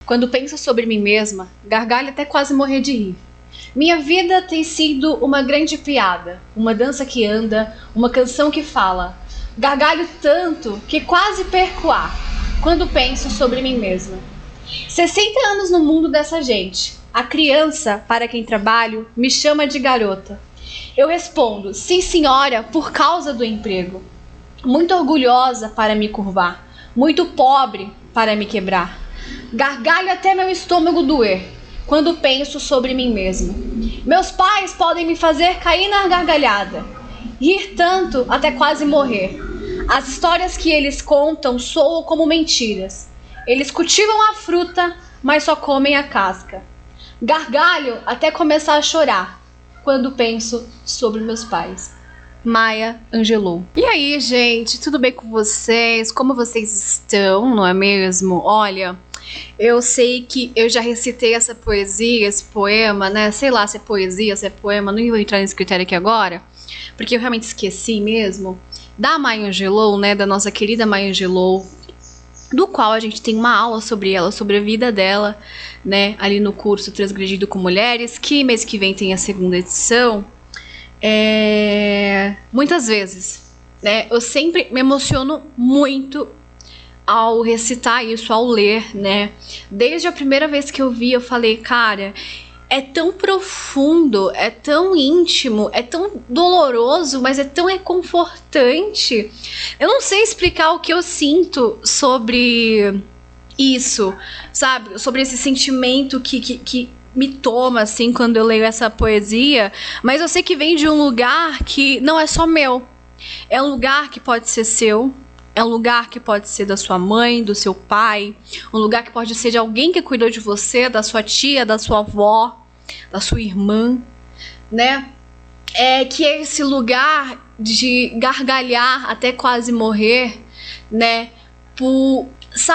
Quando penso sobre mim mesma, gargalho até quase morrer de rir. Minha vida tem sido uma grande piada, uma dança que anda, uma canção que fala. Gargalho tanto que quase perco o ar quando penso sobre mim mesma. 60 anos no mundo dessa gente. A criança, para quem trabalho, me chama de garota. Eu respondo, sim senhora, por causa do emprego. Muito orgulhosa para me curvar, muito pobre para me quebrar. Gargalho até meu estômago doer quando penso sobre mim mesma. Meus pais podem me fazer cair na gargalhada, rir tanto até quase morrer. As histórias que eles contam soam como mentiras. Eles cultivam a fruta, mas só comem a casca. Gargalho até começar a chorar quando penso sobre meus pais. Maya Angelou. E aí, gente, tudo bem com vocês? Como vocês estão, não é mesmo? Olha, eu sei que eu já recitei essa poesia, esse poema, né? Sei lá se é poesia, se é poema, não vou entrar nesse critério aqui agora, porque eu realmente esqueci mesmo. Da Maya Angelou, né? Da nossa querida Maya Angelou, do qual a gente tem uma aula sobre ela, sobre a vida dela, né? Ali no curso Transgredindo com Mulheres, que mês que vem tem a segunda edição. Muitas vezes, né? Eu sempre me emociono muito ao recitar isso, ao ler, né? Desde a primeira vez que eu vi, eu falei, cara, é tão profundo, é tão íntimo, é tão doloroso, mas é tão reconfortante. Eu não sei explicar o que eu sinto sobre isso, sabe? Sobre esse sentimento que me toma, assim, quando eu leio essa poesia, mas eu sei que vem de um lugar que não é só meu. É um lugar que pode ser seu, é um lugar que pode ser da sua mãe, do seu pai, um lugar que pode ser de alguém que cuidou de você, da sua tia, da sua avó, da sua irmã, né? Que é esse lugar de gargalhar até quase morrer, né? Por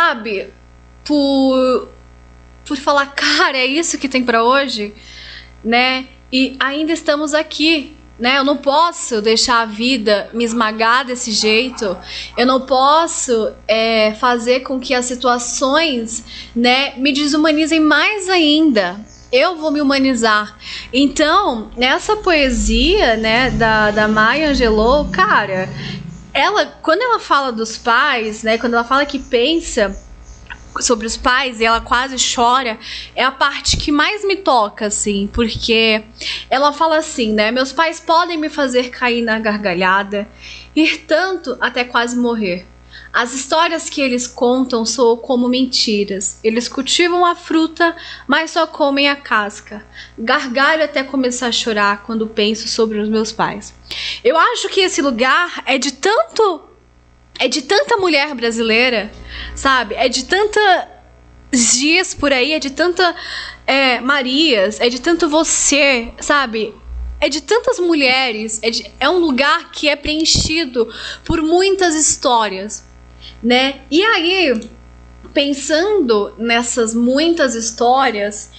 falar, cara, é isso que tem pra hoje, né? E ainda estamos aqui, né? Eu não posso deixar a vida me esmagar desse jeito. Eu não posso fazer com que as situações, né, me desumanizem mais ainda. Eu vou me humanizar. Então, nessa poesia, né, da Maya Angelou, cara, quando ela fala dos pais, né, quando ela fala que pensa sobre os pais e ela quase chora, é a parte que mais me toca, assim, porque ela fala assim, né, meus pais podem me fazer cair na gargalhada, rir tanto até quase morrer. As histórias que eles contam soam como mentiras. Eles cultivam a fruta, mas só comem a casca. Gargalho até começar a chorar quando penso sobre os meus pais. Eu acho que esse lugar é de tanta mulher brasileira, sabe? É de tanta Gias por aí, é de tanta Marias, é de tanto você, sabe? É de tantas mulheres, é um lugar que é preenchido por muitas histórias, né? E aí, pensando nessas muitas histórias,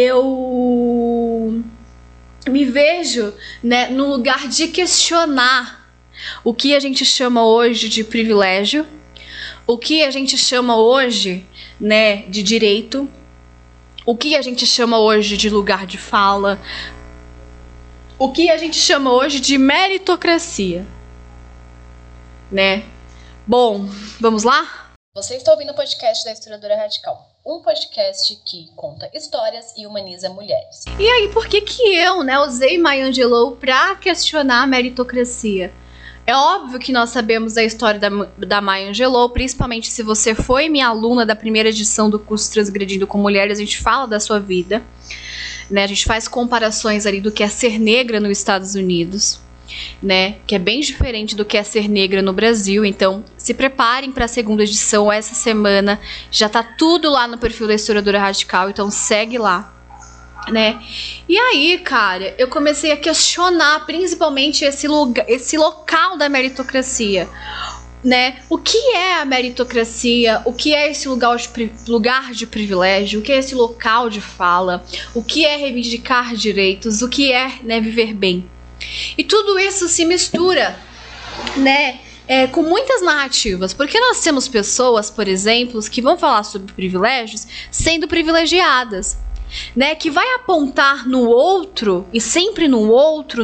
eu me vejo, né, no lugar de questionar o que a gente chama hoje de privilégio, o que a gente chama hoje, né, de direito, o que a gente chama hoje de lugar de fala, o que a gente chama hoje de meritocracia, né? Bom, vamos lá? Você está ouvindo o podcast da Historiadora Radical, um podcast que conta histórias e humaniza mulheres. E aí, por que eu, né, usei Maya Angelou para questionar a meritocracia? É óbvio que nós sabemos da história da Maya Angelou, principalmente se você foi minha aluna da primeira edição do curso Transgredindo com Mulheres, a gente fala da sua vida, né? A gente faz comparações ali do que é ser negra nos Estados Unidos, né? Que é bem diferente do que é ser negra no Brasil. Então, se preparem para a segunda edição essa semana. Já tá tudo lá no perfil da Historiadora Radical, então segue lá, né? E aí, cara, eu comecei a questionar principalmente esse local da meritocracia, né? O que é a meritocracia? O que é esse lugar de privilégio? O que é esse local de fala? O que é reivindicar direitos? O que é, né, viver bem? E tudo isso se mistura, né, com muitas narrativas. Porque nós temos pessoas, por exemplo, que vão falar sobre privilégios sendo privilegiadas, né? Que vai apontar no outro, e sempre no outro,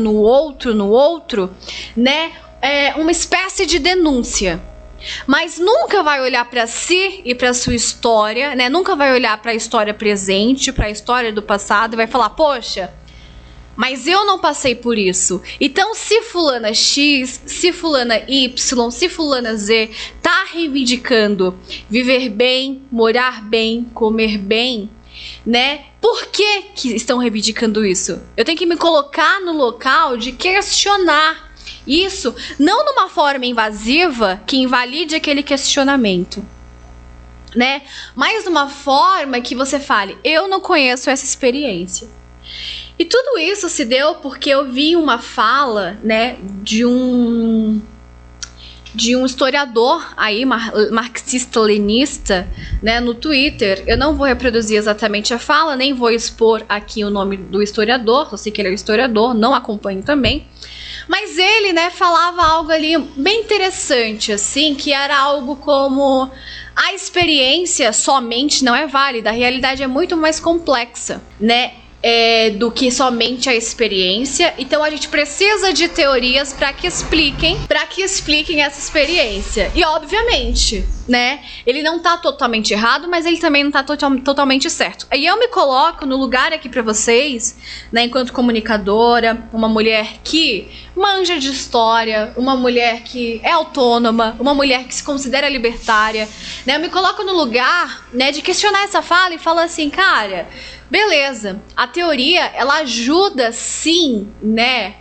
né? Uma espécie de denúncia. Mas nunca vai olhar para si e para sua história, né? Nunca vai olhar para a história presente, para a história do passado e vai falar: poxa, mas eu não passei por isso. Então, se fulana X, se fulana Y, se fulana Z tá reivindicando viver bem, morar bem, comer bem, né? Por que estão reivindicando isso? Eu tenho que me colocar no local de questionar isso, não numa forma invasiva que invalide aquele questionamento, né? Mas numa forma que você fale: eu não conheço essa experiência. E tudo isso se deu porque eu vi uma fala, né, de um historiador aí, marxista-leninista, né, no Twitter. Eu não vou reproduzir exatamente a fala, nem vou expor aqui o nome do historiador, eu sei que ele é historiador, não acompanho também. Mas ele, né, falava algo ali bem interessante, assim, que era algo como: a experiência somente não é válida, a realidade é muito mais complexa, né? Do que somente a experiência. Então a gente precisa de teorias para que expliquem essa experiência. E obviamente, né, ele não tá totalmente errado, mas ele também não tá totalmente certo. E eu me coloco no lugar aqui para vocês, né, enquanto comunicadora, uma mulher que manja de história, uma mulher que é autônoma, uma mulher que se considera libertária, né? Eu me coloco no lugar, né, de questionar essa fala e falar assim: cara, beleza, a teoria, ela ajuda sim, né,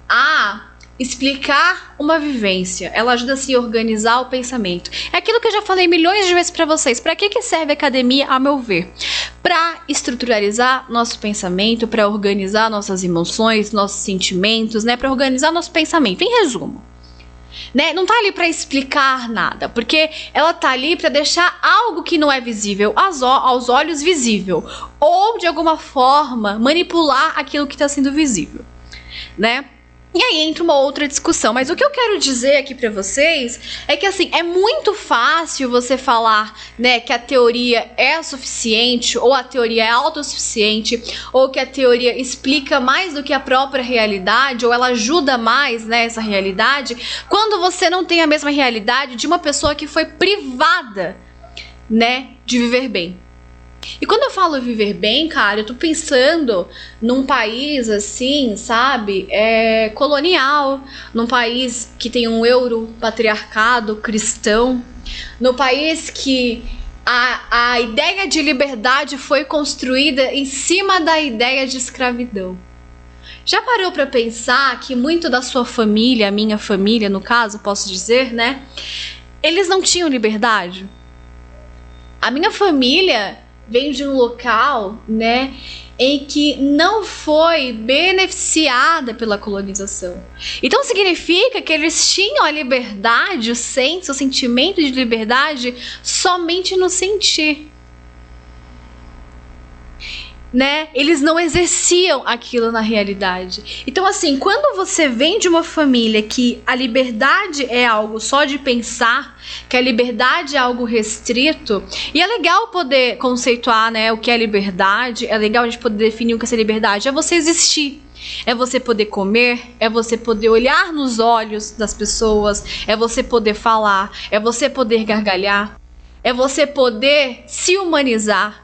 a explicar uma vivência, ela ajuda sim a organizar o pensamento. É aquilo que eu já falei milhões de vezes para vocês. Para que serve a academia, a meu ver? Para estruturalizar nosso pensamento, para organizar nossas emoções, nossos sentimentos, né, para organizar nosso pensamento. Em resumo, né, não tá ali para explicar nada, porque ela tá ali para deixar algo que não é visível aos olhos visível, ou de alguma forma manipular aquilo que está sendo visível, né? E aí entra uma outra discussão, mas o que eu quero dizer aqui pra vocês é que, assim, é muito fácil você falar, né, que a teoria é suficiente, ou a teoria é autossuficiente, ou que a teoria explica mais do que a própria realidade, ou ela ajuda mais, né, essa realidade, quando você não tem a mesma realidade de uma pessoa que foi privada, né, de viver bem. E quando eu falo viver bem, cara, eu tô pensando num país assim, sabe, colonial, num país que tem um europatriarcado cristão, no país que a ideia de liberdade foi construída em cima da ideia de escravidão. Já parou pra pensar que muito da sua família, a minha família no caso, posso dizer, né, eles não tinham liberdade? A minha família vem de um local, né, em que não foi beneficiada pela colonização. Então significa que eles tinham a liberdade, o sentimento de liberdade somente no sentir, né? Eles não exerciam aquilo na realidade. Então, assim, quando você vem de uma família que a liberdade é algo só de pensar, que a liberdade é algo restrito, e é legal poder conceituar, né, o que é liberdade, é legal a gente poder definir o que é liberdade, é você existir. É você poder comer, é você poder olhar nos olhos das pessoas, é você poder falar, é você poder gargalhar, é você poder se humanizar,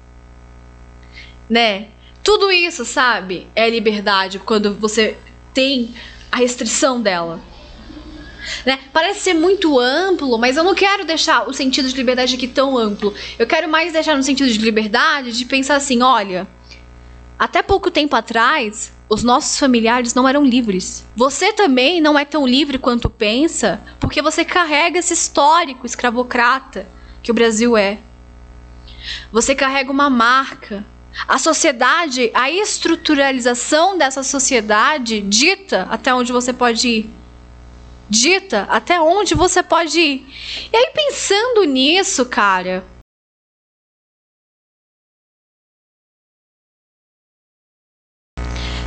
né? Tudo isso, sabe, é liberdade quando você tem a restrição dela, né? Parece ser muito amplo, mas eu não quero deixar o sentido de liberdade aqui tão amplo. Eu quero mais deixar no sentido de liberdade, de pensar assim, olha, até pouco tempo atrás, os nossos familiares não eram livres. Você também não é tão livre quanto pensa, porque você carrega esse histórico escravocrata que o Brasil é. Você carrega uma marca. A sociedade, a estruturalização dessa sociedade dita até onde você pode ir. Dita até onde você pode ir. E aí, pensando nisso, cara,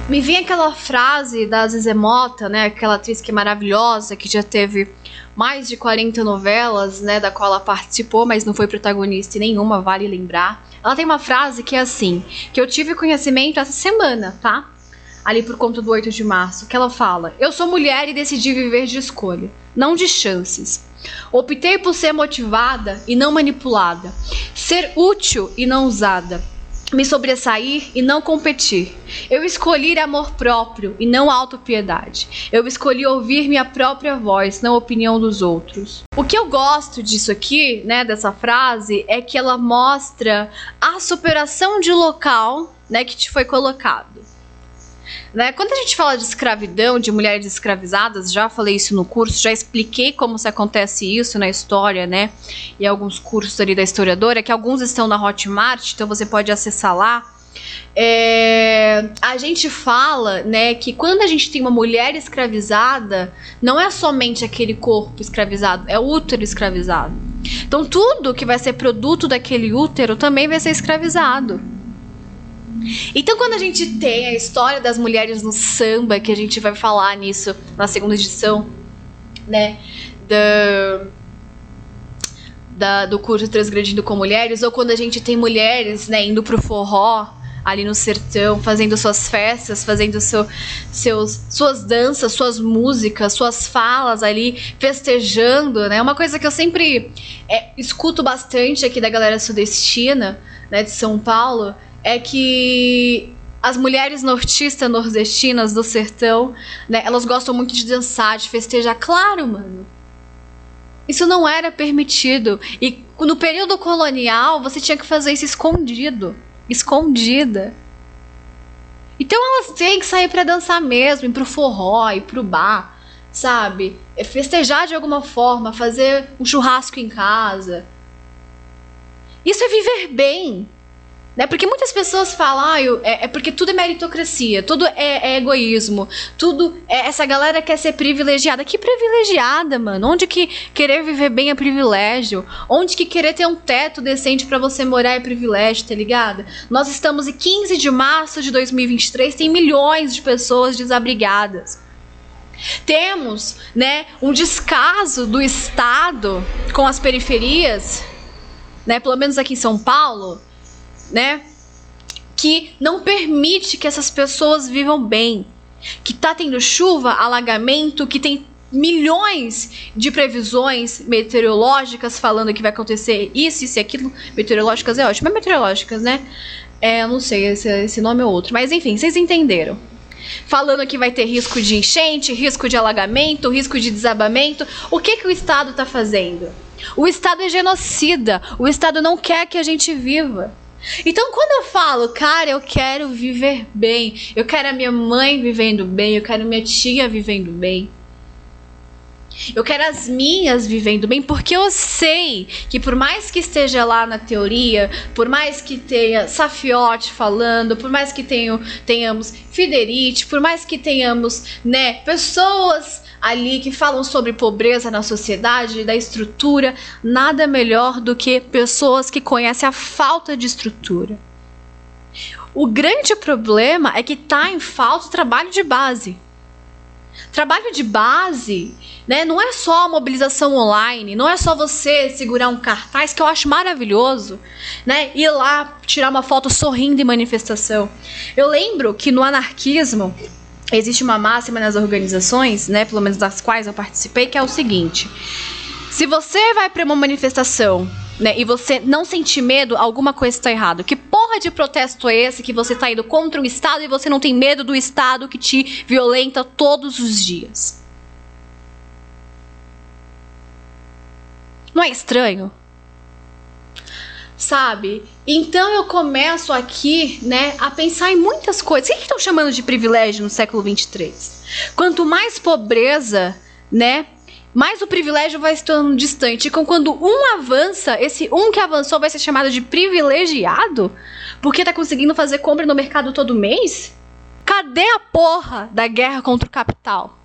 Me vem aquela frase da Zezé Mota, né, aquela atriz que é maravilhosa, que já teve mais de 40 novelas, né, da qual ela participou, mas não foi protagonista em nenhuma, vale lembrar. Ela tem uma frase que é assim, que eu tive conhecimento essa semana, tá? Ali por conta do 8 de março, que ela fala: eu sou mulher e decidi viver de escolha, não de chances. Optei por ser motivada e não manipulada, ser útil e não usada, me sobressair e não competir. Eu escolhi amor próprio e não autopiedade. Eu escolhi ouvir minha própria voz, não a opinião dos outros. O que eu gosto disso aqui, né, dessa frase, é que ela mostra a superação de local, né, que te foi colocado. Né? Quando a gente fala de escravidão, de mulheres escravizadas, já falei isso no curso, já expliquei como se acontece isso na história, né? E alguns cursos ali da historiadora, que alguns estão na Hotmart, então você pode acessar lá. A gente fala, né, que quando a gente tem uma mulher escravizada, não é somente aquele corpo escravizado, é o útero escravizado. Então tudo que vai ser produto daquele útero também vai ser escravizado. Então quando a gente tem a história das mulheres no samba, que a gente vai falar nisso na segunda edição, né, do curso Transgredindo com Mulheres, ou quando a gente tem mulheres, né, indo pro forró, ali no sertão, fazendo suas festas, fazendo suas danças, suas músicas, suas falas ali, festejando, né, uma coisa que eu sempre escuto bastante aqui da galera sudestina, né, de São Paulo, é que as mulheres nortistas, nordestinas do sertão, né, elas gostam muito de dançar, de festejar. Claro, mano. Isso não era permitido. E no período colonial, você tinha que fazer isso escondido. Escondida. Então elas têm que sair pra dançar mesmo, ir pro forró, ir pro bar, sabe? Festejar de alguma forma, fazer um churrasco em casa. Isso é viver bem. Né? Porque muitas pessoas falam, é porque tudo é meritocracia, tudo é egoísmo, tudo essa galera quer ser privilegiada. Que privilegiada, mano? Onde que querer viver bem é privilégio? Onde que querer ter um teto decente pra você morar é privilégio, tá ligado? Nós estamos em 15 de março de 2023, tem milhões de pessoas desabrigadas. Temos, né, um descaso do Estado com as periferias, né, pelo menos aqui em São Paulo, né, que não permite que essas pessoas vivam bem, que tá tendo chuva, alagamento, que tem milhões de previsões meteorológicas falando que vai acontecer isso e aquilo. Meteorológicas é ótimo, mas meteorológicas, né, eu não sei, esse nome é outro, mas enfim, vocês entenderam. Falando que vai ter risco de enchente, risco de alagamento, risco de desabamento. O que o Estado tá fazendo? O Estado é genocida, o Estado não quer que a gente viva. Então quando eu falo, cara, eu quero viver bem, eu quero a minha mãe vivendo bem, eu quero minha tia vivendo bem, eu quero as minhas vivendo bem, porque eu sei que por mais que esteja lá na teoria, por mais que tenha Safiotti falando, por mais que tenhamos Fiderite, por mais que tenhamos, né, pessoas ali que falam sobre pobreza na sociedade, da estrutura, nada melhor do que pessoas que conhecem a falta de estrutura. O grande problema é que tá em falta o trabalho de base. Trabalho de base, né, não é só a mobilização online, não é só você segurar um cartaz, que eu acho maravilhoso, né, ir lá tirar uma foto sorrindo em manifestação. Eu lembro que no anarquismo existe uma máxima nas organizações, né, pelo menos das quais eu participei, que é o seguinte: se você vai para uma manifestação, né, e você não sentir medo, alguma coisa está errada. Que porra de protesto é esse que você está indo contra um Estado e você não tem medo do Estado que te violenta todos os dias? Não é estranho? Sabe? Então eu começo aqui, né, a pensar em muitas coisas. O que estão chamando de privilégio no século 23? Quanto mais pobreza, né, mais o privilégio vai estando distante. Então, quando um avança, esse um que avançou vai ser chamado de privilegiado? Porque tá conseguindo fazer compra no mercado todo mês? Cadê a porra da guerra contra o capital?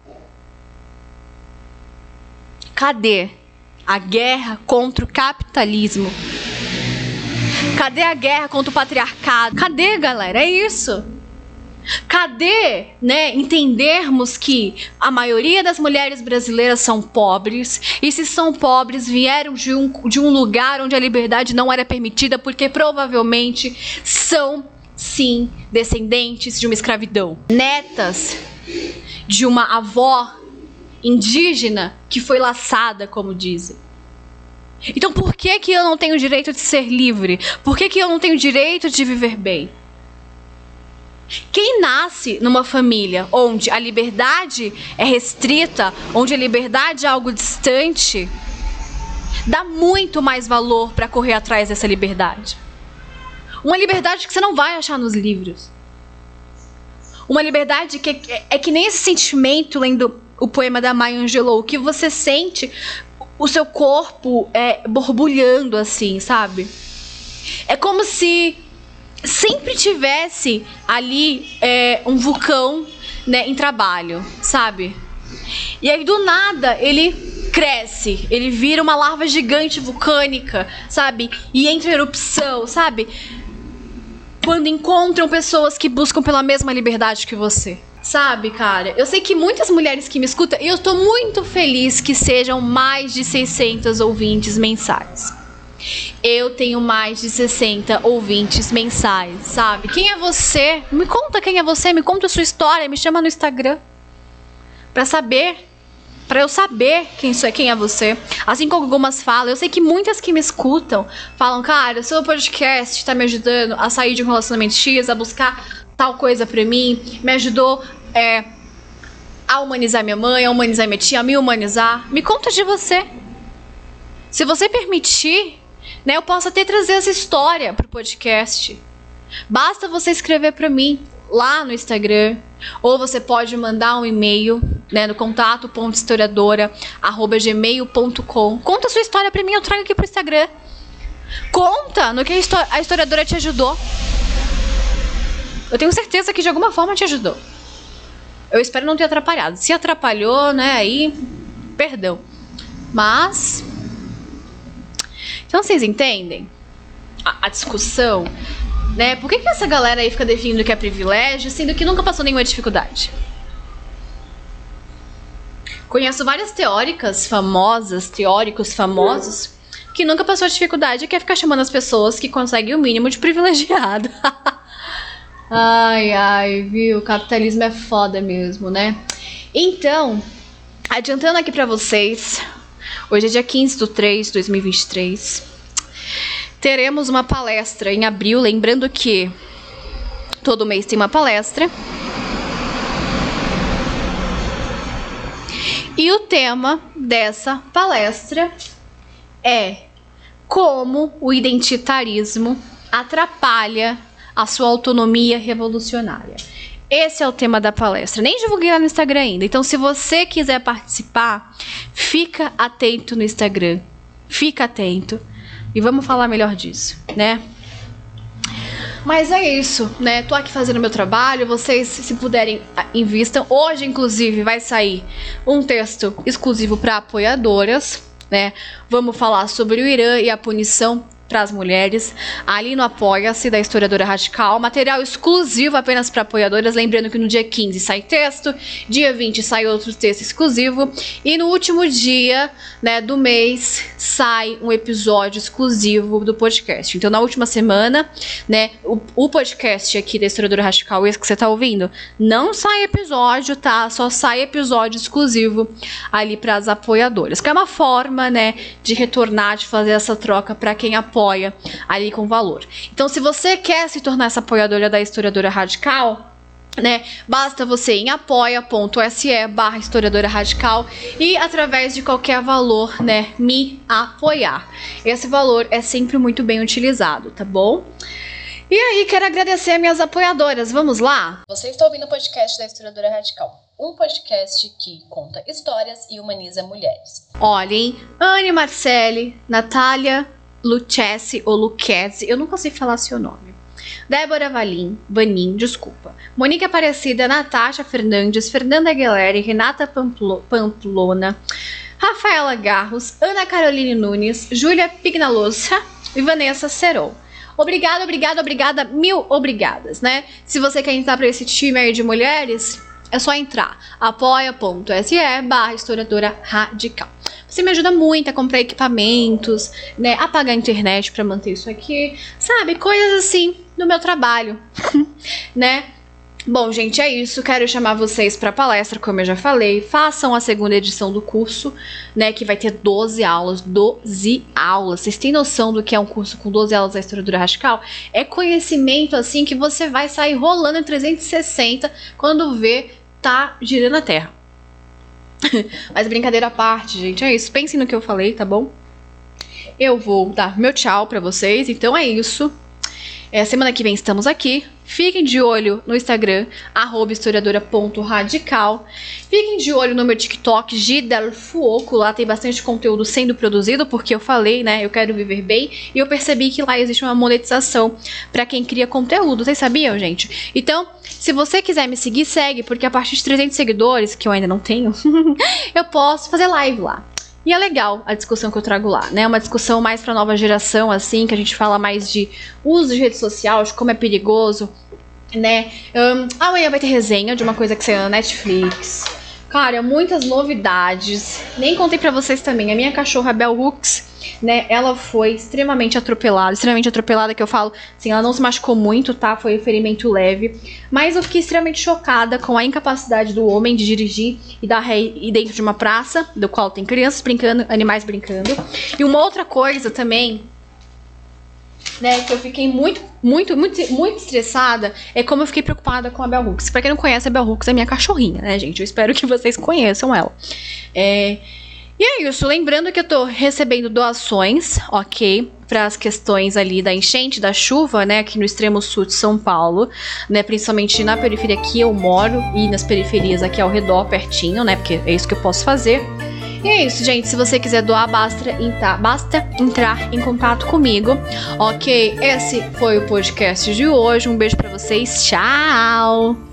Cadê a guerra contra o capitalismo? Cadê a guerra contra o patriarcado? Cadê, galera? É isso. Cadê, né, entendermos que a maioria das mulheres brasileiras são pobres, e se são pobres, vieram de um lugar onde a liberdade não era permitida, porque provavelmente são, sim, descendentes de uma escravidão. Netas de uma avó indígena que foi laçada, como dizem. Então por que eu não tenho o direito de ser livre? Por que eu não tenho o direito de viver bem? Quem nasce numa família onde a liberdade é restrita, onde a liberdade é algo distante, dá muito mais valor para correr atrás dessa liberdade. Uma liberdade que você não vai achar nos livros. Uma liberdade que é que nem esse sentimento, lendo o poema da Maya Angelou, que você sente o seu corpo borbulhando assim, sabe? É como se sempre tivesse ali um vulcão, né, em trabalho, sabe? E aí do nada ele cresce, ele vira uma larva gigante vulcânica, sabe? E entra em erupção, sabe? Quando encontram pessoas que buscam pela mesma liberdade que você. Sabe, cara? Eu sei que muitas mulheres que me escutam, e eu tô muito feliz que sejam mais de 600 ouvintes mensais. Eu tenho mais de 60 ouvintes mensais, sabe? Quem é você? Me conta quem é você, me conta a sua história, me chama no Instagram pra eu saber quem é você. Assim como algumas falam, eu sei que muitas que me escutam falam, cara, o seu podcast tá me ajudando a sair de um relacionamento X, a buscar tal coisa pra mim, me ajudou a humanizar minha mãe, a humanizar minha tia, a me humanizar. Me conta de você. Se você permitir, né, eu posso até trazer essa história pro podcast. Basta você escrever pra mim lá no Instagram, ou você pode mandar um e-mail, né, no contato.historiadora@gmail.com. Conta a sua história pra mim, eu trago aqui pro Instagram. Conta no que a historiadora te ajudou. Eu tenho certeza que de alguma forma te ajudou. Eu espero não ter atrapalhado. Se atrapalhou, né, aí, perdão. Mas então vocês entendem a discussão, né? Por que essa galera aí fica definindo que é privilégio, sendo que nunca passou nenhuma dificuldade? Conheço várias teóricos famosos, que nunca passou dificuldade e quer ficar chamando as pessoas que conseguem o mínimo de privilegiado. Ai, viu? O capitalismo é foda mesmo, né? Então, adiantando aqui pra vocês, hoje é dia 15/3/2023. Teremos uma palestra em abril, lembrando que todo mês tem uma palestra. E o tema dessa palestra é como o identitarismo atrapalha a sua autonomia revolucionária. Esse é o tema da palestra. Nem divulguei lá no Instagram ainda. Então, se você quiser participar, fica atento no Instagram. Fica atento. E vamos falar melhor disso, né? Mas é isso, né? Tô aqui fazendo meu trabalho. Vocês, se puderem, invistam. Hoje, inclusive, vai sair um texto exclusivo para apoiadoras, né? Vamos falar sobre o Irã e a punição para as mulheres, ali no Apoia-se da Historiadora Radical, material exclusivo apenas para apoiadoras, lembrando que no dia 15 sai texto, dia 20 sai outro texto exclusivo, e no último dia, né, do mês sai um episódio exclusivo do podcast. Então na última semana, né, o podcast aqui da Historiadora Radical, esse que você tá ouvindo, não sai episódio, tá? Só sai episódio exclusivo ali para as apoiadoras, que é uma forma, né, de retornar, de fazer essa troca para quem apoia ali com valor. Então, se você quer se tornar essa apoiadora da Historiadora Radical, né, basta você ir em apoia.se/historiadora radical e através de qualquer valor, né, me apoiar. Esse valor é sempre muito bem utilizado, tá bom? E aí, quero agradecer a minhas apoiadoras. Vamos lá? Você está ouvindo o podcast da Historiadora Radical, um podcast que conta histórias e humaniza mulheres. Olhem, Anne Marcelli, Natália Lucchesi ou Lucchesi, eu nunca sei falar seu nome. Débora Vanin, desculpa. Monique Aparecida, Natasha Fernandes, Fernanda Aguilera, Renata Pamplona, Rafaela Garros, Ana Caroline Nunes, Júlia Pignalosa e Vanessa Serol. Obrigada, mil obrigadas, né? Se você quer entrar pra esse time aí de mulheres, é só entrar, apoia.se/historiadora radical. Você me ajuda muito a comprar equipamentos, né, a pagar a internet pra manter isso aqui, sabe, coisas assim no meu trabalho, né? Bom, gente, é isso. Quero chamar vocês para palestra, como eu já falei. Façam a segunda edição do curso, né, que vai ter 12 aulas. 12 aulas. Vocês têm noção do que é um curso com 12 aulas da historiadora radical? É conhecimento, assim, que você vai sair rolando em 360 quando vê, tá girando a terra. Mas brincadeira à parte, gente, é isso. Pensem no que eu falei, tá bom? Eu vou dar meu tchau pra vocês, então é isso. Semana que vem estamos aqui. Fiquem de olho no Instagram, @historiadora.radical. Fiquem de olho no meu TikTok, Gidelfuoco. Lá tem bastante conteúdo sendo produzido, porque eu falei, né? Eu quero viver bem. E eu percebi que lá existe uma monetização para quem cria conteúdo. Vocês sabiam, gente? Então, se você quiser me seguir, segue, porque a partir de 300 seguidores, que eu ainda não tenho, eu posso fazer live lá. E é legal a discussão que eu trago lá, né? Uma discussão mais pra nova geração, assim, que a gente fala mais de uso de rede social, de como é perigoso, né? Amanhã vai ter resenha de uma coisa que saiu na Netflix. Cara, muitas novidades. Nem contei pra vocês também. A minha cachorra Bell Hooks, né? Ela foi extremamente atropelada, que eu falo, assim, ela não se machucou muito, tá? Foi um ferimento leve. Mas eu fiquei extremamente chocada com a incapacidade do homem de dirigir e dar ré dentro de uma praça, do qual tem crianças brincando, animais brincando. E uma outra coisa também, né, que eu fiquei muito estressada, é como eu fiquei preocupada com a Bell Hooks. Pra quem não conhece, a Bell Hooks é minha cachorrinha, né, gente? Eu espero que vocês conheçam ela. E é isso, lembrando que eu tô recebendo doações, ok? Para as questões ali da enchente, da chuva, né? Aqui no extremo sul de São Paulo, né? Principalmente na periferia que eu moro e nas periferias aqui ao redor, pertinho, né? Porque é isso que eu posso fazer. E é isso, gente. Se você quiser doar, basta entrar em contato comigo, ok? Esse foi o podcast de hoje. Um beijo pra vocês. Tchau!